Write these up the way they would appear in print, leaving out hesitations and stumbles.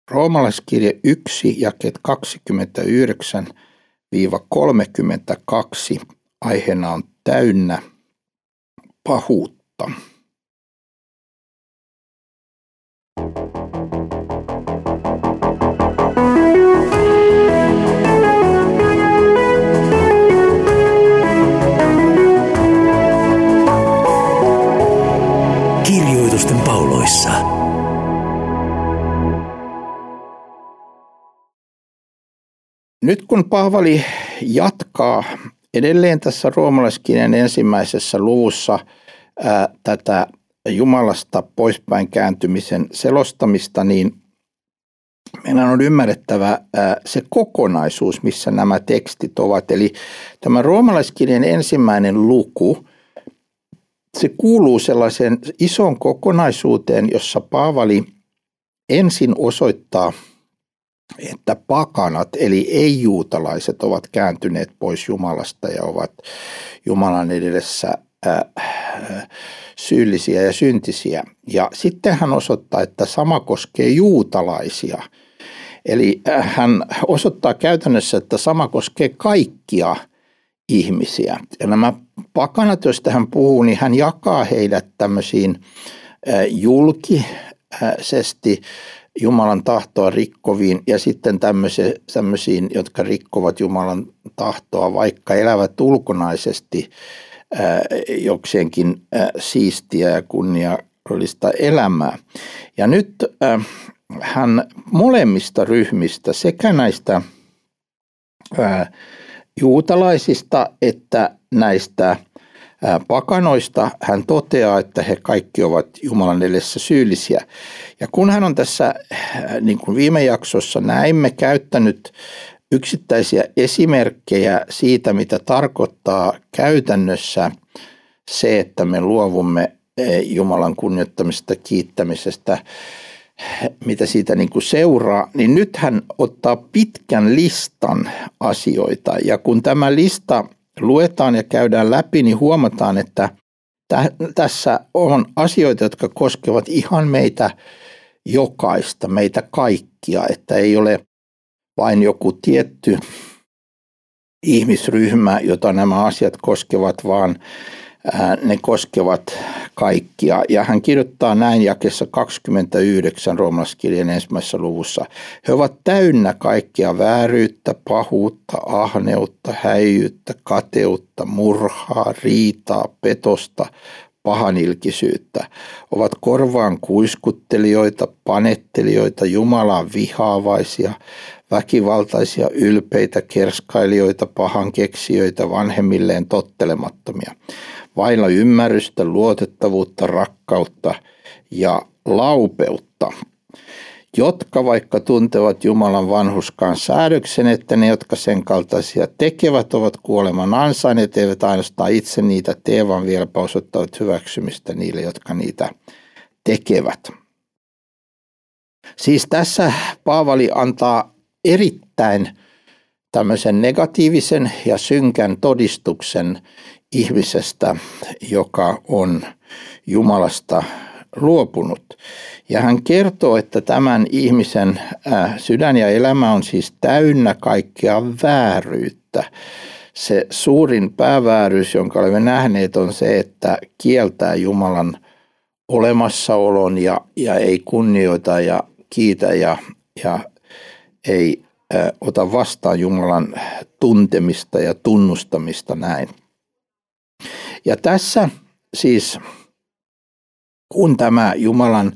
Roomalaiskirje 1, jakeet 29-32, aiheena on täynnä pahuutta. Kirjoitusten pauloissa. Nyt kun Paavali jatkaa edelleen tässä roomalaiskirjan ensimmäisessä luvussa tätä Jumalasta poispäin kääntymisen selostamista, niin meidän on ymmärrettävä se kokonaisuus, missä nämä tekstit ovat. Eli tämä roomalaiskirjan ensimmäinen luku, se kuuluu sellaiseen isoon kokonaisuuteen, jossa Paavali ensin osoittaa, että pakanat eli ei-juutalaiset ovat kääntyneet pois Jumalasta ja ovat Jumalan edessä syyllisiä ja syntisiä. Ja sitten hän osoittaa, että sama koskee juutalaisia. Eli hän osoittaa käytännössä, että sama koskee kaikkia ihmisiä. Ja nämä pakanat, joista hän puhuu, niin hän jakaa heidät tämmöisiin julkisesti Jumalan tahtoa rikkoviin ja sitten tämmöisiin, jotka rikkovat Jumalan tahtoa, vaikka elävät ulkonaisesti jokseenkin siistiä ja kunniallista elämää. Ja nyt hän molemmista ryhmistä, sekä näistä juutalaisista että näistä pakanoista, hän toteaa, että he kaikki ovat Jumalan edessä syyllisiä. Ja kun hän on tässä, niin kuin viime jaksossa näimme, käyttänyt yksittäisiä esimerkkejä siitä, mitä tarkoittaa käytännössä se, että me luovumme Jumalan kunnioittamisesta, kiittämisestä, mitä siitä niin kuin seuraa, niin nyt hän ottaa pitkän listan asioita. Ja kun tämä lista luetaan ja käydään läpi, niin huomataan, että tässä on asioita, jotka koskevat ihan meitä jokaista, meitä kaikkia, että ei ole vain joku tietty ihmisryhmä, jota nämä asiat koskevat, vaan ne koskevat kaikkia. Ja hän kirjoittaa näin jakeessa 29 roomalaiskirjan ensimmäisessä luvussa. He ovat täynnä kaikkia vääryyttä, pahuutta, ahneutta, häijyyttä, kateutta, murhaa, riitaa, petosta, pahanilkisyyttä. Ovat korvaan kuiskuttelijoita, panettelijoita, Jumalaan vihaavaisia, väkivaltaisia, ylpeitä, kerskailijoita, pahankeksijöitä, vanhemmilleen tottelemattomia. Vailla ymmärrystä, luotettavuutta, rakkautta ja laupeutta, jotka vaikka tuntevat Jumalan vanhurskaan säädöksen, että ne, jotka sen kaltaisia tekevät, ovat kuoleman ansainneet, eivät ainoastaan itse niitä tee, vaan vieläpä osoittavat hyväksymistä niille, jotka niitä tekevät. Siis tässä Paavali antaa erittäin tämmöisen negatiivisen ja synkän todistuksen ihmisestä, joka on Jumalasta luopunut. Ja hän kertoo, että tämän ihmisen sydän ja elämä on siis täynnä kaikkea vääryyttä. Se suurin päävääryys, jonka olemme nähneet, on se, että kieltää Jumalan olemassaolon ja ei kunnioita ja kiitä ja ei ota vastaan Jumalan tuntemista ja tunnustamista näin. Ja tässä siis, kun tämä Jumalan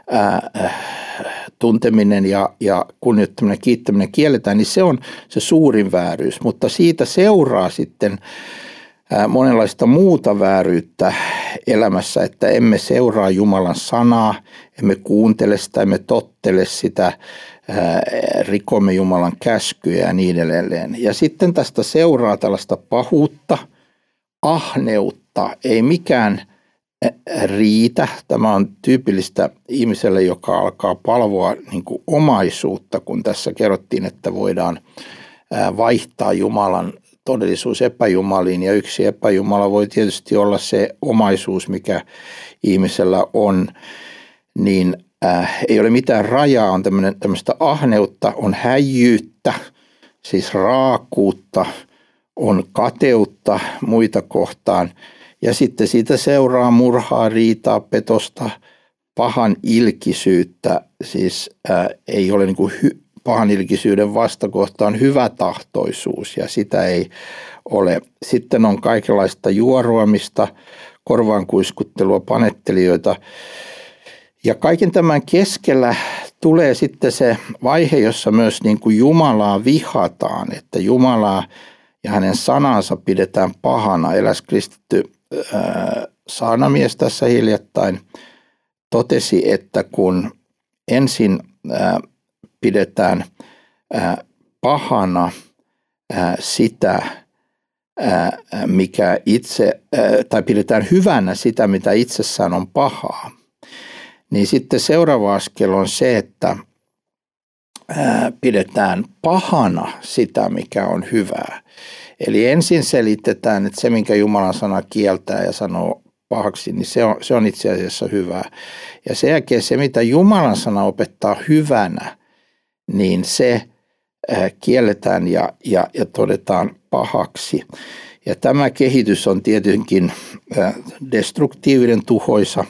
tunteminen ja kunnioittaminen, kiittäminen kielletään, niin se on se suurin vääryys. Mutta siitä seuraa sitten monenlaista muuta vääryyttä elämässä, että emme seuraa Jumalan sanaa, emme kuuntele sitä, emme tottele sitä, rikomme Jumalan käskyjä ja niin edelleen. Ja sitten tästä seuraa tällaista pahuutta, ahneutta, ei mikään riitä. Tämä on tyypillistä ihmiselle, joka alkaa palvoa niin kuin omaisuutta, kun tässä kerrottiin, että voidaan vaihtaa Jumalan todellisuus epäjumaliin, ja yksi epäjumala voi tietysti olla se omaisuus, mikä ihmisellä on, niin ei ole mitään rajaa, on tämmöistä ahneutta, on häijyyttä, siis raakuutta, on kateutta muita kohtaan ja sitten siitä seuraa murhaa, riitaa, petosta, pahan ilkisyyttä, siis ei ole niin kuin pahan ilkisyyden vastakohta on hyvätahtoisuus ja sitä ei ole. Sitten on kaikenlaista juoruamista, korvaan kuiskuttelua, panettelijoita ja kaiken tämän keskellä tulee sitten se vaihe, jossa myös niin kuin Jumalaa vihataan, että Jumalaa ja hänen sanansa pidetään pahana. Eräs kristitty saarnamies tässä hiljattain totesi, että kun ensin pidetään pahana sitä, mikä itse, tai pidetään hyvänä sitä, mitä itsessään on pahaa, niin sitten seuraava askel on se, että pidetään pahana sitä, mikä on hyvää. Eli ensin selitetään, että se, minkä Jumalan sana kieltää ja sanoo pahaksi, niin se on itse asiassa hyvää. Ja sen jälkeen se, mitä Jumalan sana opettaa hyvänä, niin se kielletään ja todetaan pahaksi. Ja tämä kehitys on tietenkin destruktiivinen, tuhoisa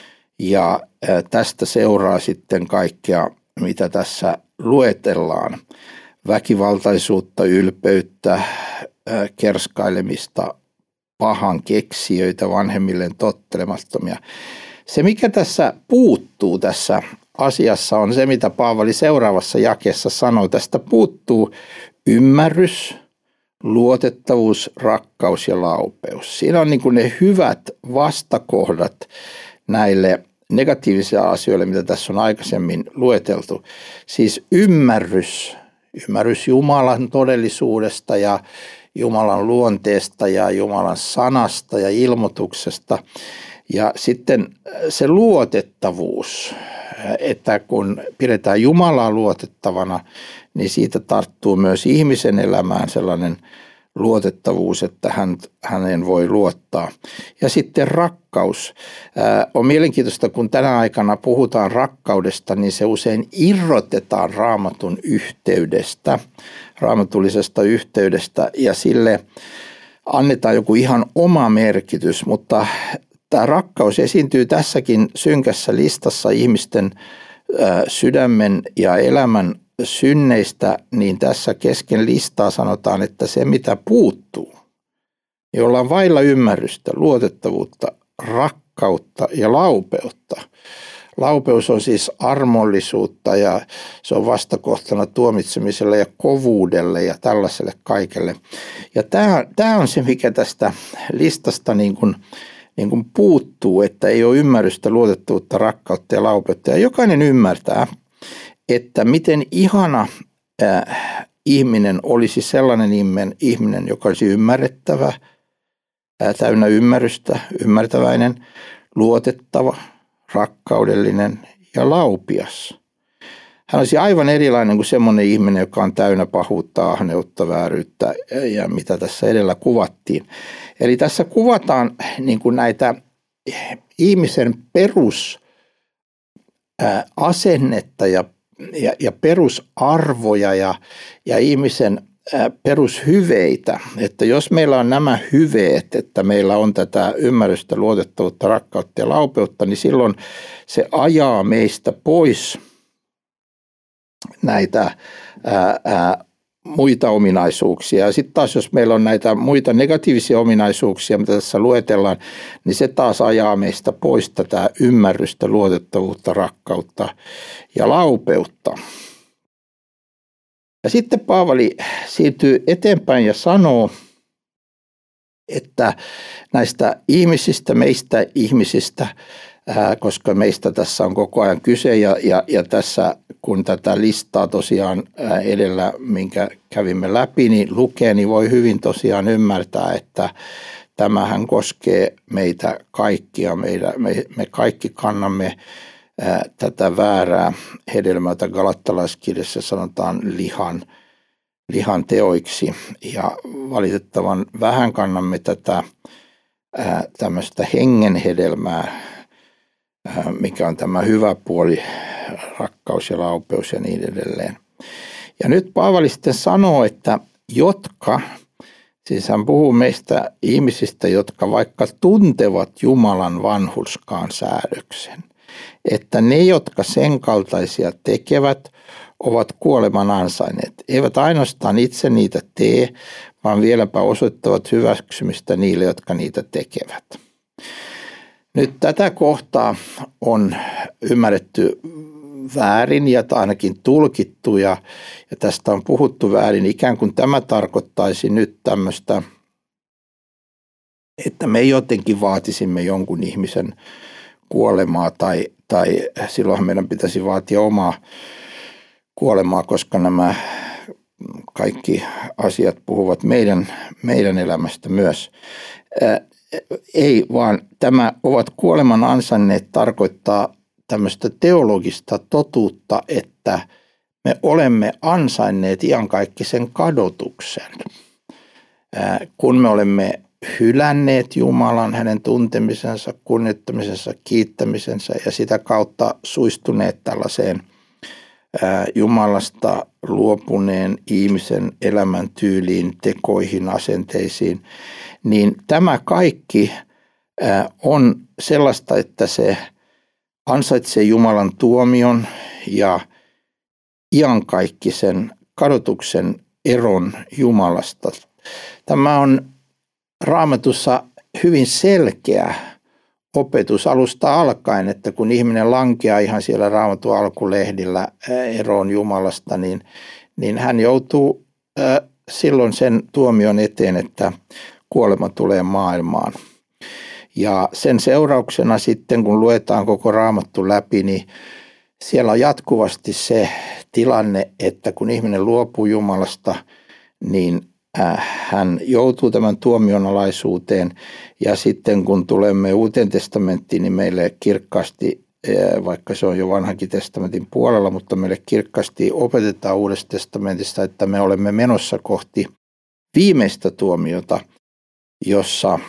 ja tästä seuraa sitten kaikkea, mitä tässä luetellaan. Väkivaltaisuutta, ylpeyttä, kerskailemista, pahan keksijöitä, vanhemmilleen tottelemattomia. Se, mikä tässä puuttuu tässä asiassa, on se, mitä Paavali seuraavassa jakeessa sanoo. Tästä puuttuu ymmärrys, luotettavuus, rakkaus ja laupeus. Siinä on niin kuin ne hyvät vastakohdat näille negatiivisille asioille, mitä tässä on aikaisemmin lueteltu. Siis ymmärrys Jumalan todellisuudesta ja Jumalan luonteesta ja Jumalan sanasta ja ilmoituksesta. Ja sitten se luotettavuus, että kun pidetään Jumalaa luotettavana, niin siitä tarttuu myös ihmisen elämään sellainen luotettavuus, että hänen voi luottaa. Ja sitten rakkaus. On mielenkiintoista, kun tänä aikana puhutaan rakkaudesta, niin se usein irrotetaan Raamatun yhteydestä, raamatullisesta yhteydestä, ja sille annetaan joku ihan oma merkitys, mutta tämä rakkaus esiintyy tässäkin synkässä listassa ihmisten sydämen ja elämän synneistä, niin tässä kesken listaa sanotaan, että se mitä puuttuu, jolla on vailla ymmärrystä, luotettavuutta, rakkautta ja laupeutta. Laupeus on siis armollisuutta ja se on vastakohtana tuomitsemiselle ja kovuudelle ja tällaiselle kaikelle. Ja tämä on se, mikä tästä listasta niin kuin puuttuu, että ei ole ymmärrystä, luotettavuutta, rakkautta ja laupeutta. Ja jokainen ymmärtää, että miten ihana ihminen olisi sellainen ihminen, joka olisi ymmärrettävä, täynnä ymmärrystä, ymmärtäväinen, luotettava, rakkaudellinen ja laupias. Hän olisi aivan erilainen kuin semmoinen ihminen, joka on täynnä pahuutta, ahneutta, vääryyttä ja mitä tässä edellä kuvattiin. Eli tässä kuvataan niin kuin näitä ihmisen perusasennetta ja perusarvoja ja ihmisen perushyveitä, että jos meillä on nämä hyveet, että meillä on tätä ymmärrystä, luotettavuutta, rakkautta ja laupeutta, niin silloin se ajaa meistä pois näitä muita ominaisuuksia. Ja sitten taas, jos meillä on näitä muita negatiivisia ominaisuuksia, mitä tässä luetellaan, niin se taas ajaa meistä pois tätä ymmärrystä, luotettavuutta, rakkautta ja laupeutta. Ja sitten Paavali siirtyy eteenpäin ja sanoo, että näistä ihmisistä, meistä ihmisistä, koska meistä tässä on koko ajan kyse ja tässä kun tätä listaa tosiaan edellä, minkä kävimme läpi, niin lukee, niin voi hyvin tosiaan ymmärtää, että tämähän koskee meitä kaikkia. Me kaikki kannamme tätä väärää hedelmää, jota Galattalaiskirjassa sanotaan lihan teoiksi. Ja valitettavan vähän kannamme tätä tämmöistä hengen hedelmää, mikä on tämä hyvä puoli, rakkaus ja laupeus ja niin edelleen. Ja nyt Paavali sitten sanoo, että siis hän puhuu meistä ihmisistä, jotka vaikka tuntevat Jumalan vanhurskaan säädöksen, että ne, jotka sen kaltaisia tekevät, ovat kuoleman ansainneet. Eivät ainoastaan itse niitä tee, vaan vieläpä osoittavat hyväksymistä niille, jotka niitä tekevät. Nyt tätä kohtaa on ymmärretty väärin ja ainakin tulkittu ja tästä on puhuttu väärin. Ikään kuin tämä tarkoittaisi nyt tämmöistä, että me jotenkin vaatisimme jonkun ihmisen kuolemaa tai silloin meidän pitäisi vaatia omaa kuolemaa, koska nämä kaikki asiat puhuvat meidän elämästä myös. Ei, vaan tämä ovat kuoleman ansainneet tarkoittaa tämmöistä teologista totuutta, että me olemme ansainneet iankaikkisen kadotuksen. Kun me olemme hylänneet Jumalan, hänen tuntemisensa, kunnioittamisensa, kiittämisensä ja sitä kautta suistuneet tällaiseen Jumalasta luopuneen ihmisen elämäntyyliin, tekoihin, asenteisiin, niin tämä kaikki on sellaista, että se ansaitsee Jumalan tuomion ja iankaikkisen kadotuksen eron Jumalasta. Tämä on Raamatussa hyvin selkeä opetus alusta alkaen, että kun ihminen lankeaa ihan siellä Raamatun alkulehdillä eroon Jumalasta, niin hän joutuu silloin sen tuomion eteen, että kuolema tulee maailmaan. Ja sen seurauksena sitten, kun luetaan koko Raamattu läpi, niin siellä on jatkuvasti se tilanne, että kun ihminen luopuu Jumalasta, niin hän joutuu tämän tuomionalaisuuteen. Ja sitten kun tulemme Uuteen testamenttiin, niin meille kirkkaasti, vaikka se on jo vanhankin testamentin puolella, mutta meille kirkkaasti opetetaan Uudesta testamentista, että me olemme menossa kohti viimeistä tuomiota, jossa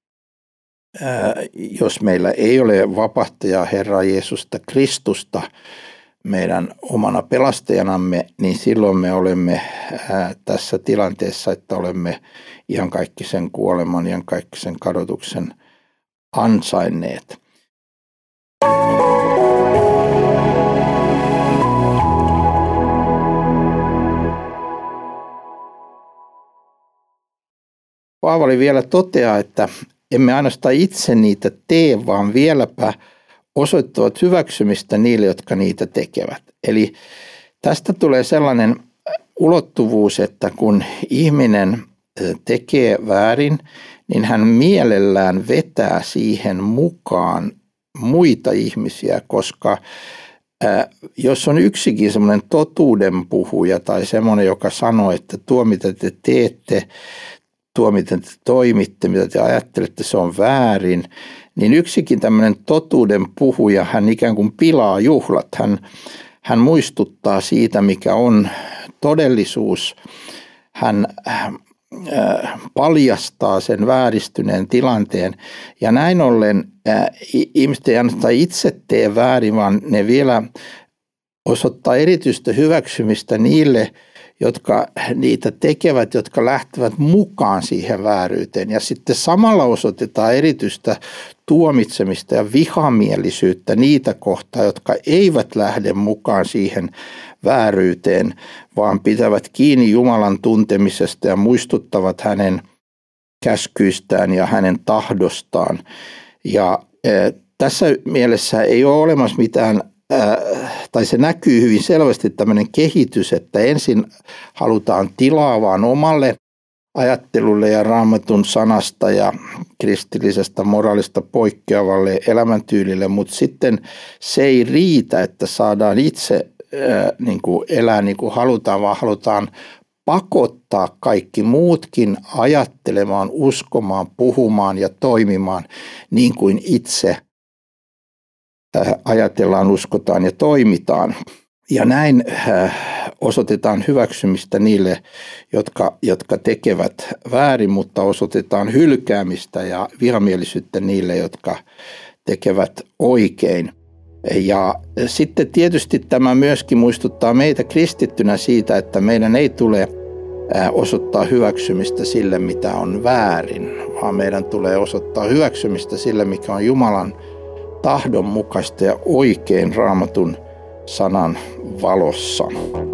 jos meillä ei ole vapahtajaa Herraa Jeesusta Kristusta meidän omana pelastajanamme, niin silloin me olemme tässä tilanteessa, että olemme iankaikkisen kuoleman, iankaikkisen kadotuksen ansainneet. Paavali vielä toteaa, että emme ainoastaan itse niitä tee, vaan vieläpä osoittavat hyväksymistä niille, jotka niitä tekevät. Eli tästä tulee sellainen ulottuvuus, että kun ihminen tekee väärin, niin hän mielellään vetää siihen mukaan muita ihmisiä, koska jos on yksikin semmoinen totuuden puhuja tai semmoinen, joka sanoo, että tuo mitä te teette, tuo miten te toimitte, mitä te ajattelette, se on väärin, niin yksikin tämmöinen totuuden puhuja, hän ikään kuin pilaa juhlat. Hän muistuttaa siitä, mikä on todellisuus. Hän paljastaa sen vääristyneen tilanteen. Ja näin ollen ihmiset ei ainoastaan itse tee väärin, vaan ne vielä osoittaa erityistä hyväksymistä niille, jotka niitä tekevät, jotka lähtevät mukaan siihen vääryyteen. Ja sitten samalla osoitetaan erityistä tuomitsemista ja vihamielisyyttä niitä kohtaa, jotka eivät lähde mukaan siihen vääryyteen, vaan pitävät kiinni Jumalan tuntemisesta ja muistuttavat hänen käskyistään ja hänen tahdostaan. Ja tässä mielessä ei ole olemassa mitään, tai se näkyy hyvin selvästi tämmöinen kehitys, että ensin halutaan tilaa vaan omalle ajattelulle ja Raamatun sanasta ja kristillisestä moraalista poikkeavalle elämäntyylille, mutta sitten se ei riitä, että saadaan itse niin kuin elää niin kuin halutaan, vaan halutaan pakottaa kaikki muutkin ajattelemaan, uskomaan, puhumaan ja toimimaan niin kuin itse ajatellaan, uskotaan ja toimitaan. Ja näin osoitetaan hyväksymistä niille, jotka tekevät väärin, mutta osoitetaan hylkäämistä ja vihamielisyyttä niille, jotka tekevät oikein. Ja sitten tietysti tämä myöskin muistuttaa meitä kristittynä siitä, että meidän ei tule osoittaa hyväksymistä sille, mitä on väärin, vaan meidän tulee osoittaa hyväksymistä sille, mikä on Jumalan tahdon mukaista ja oikein Raamatun sanan valossa.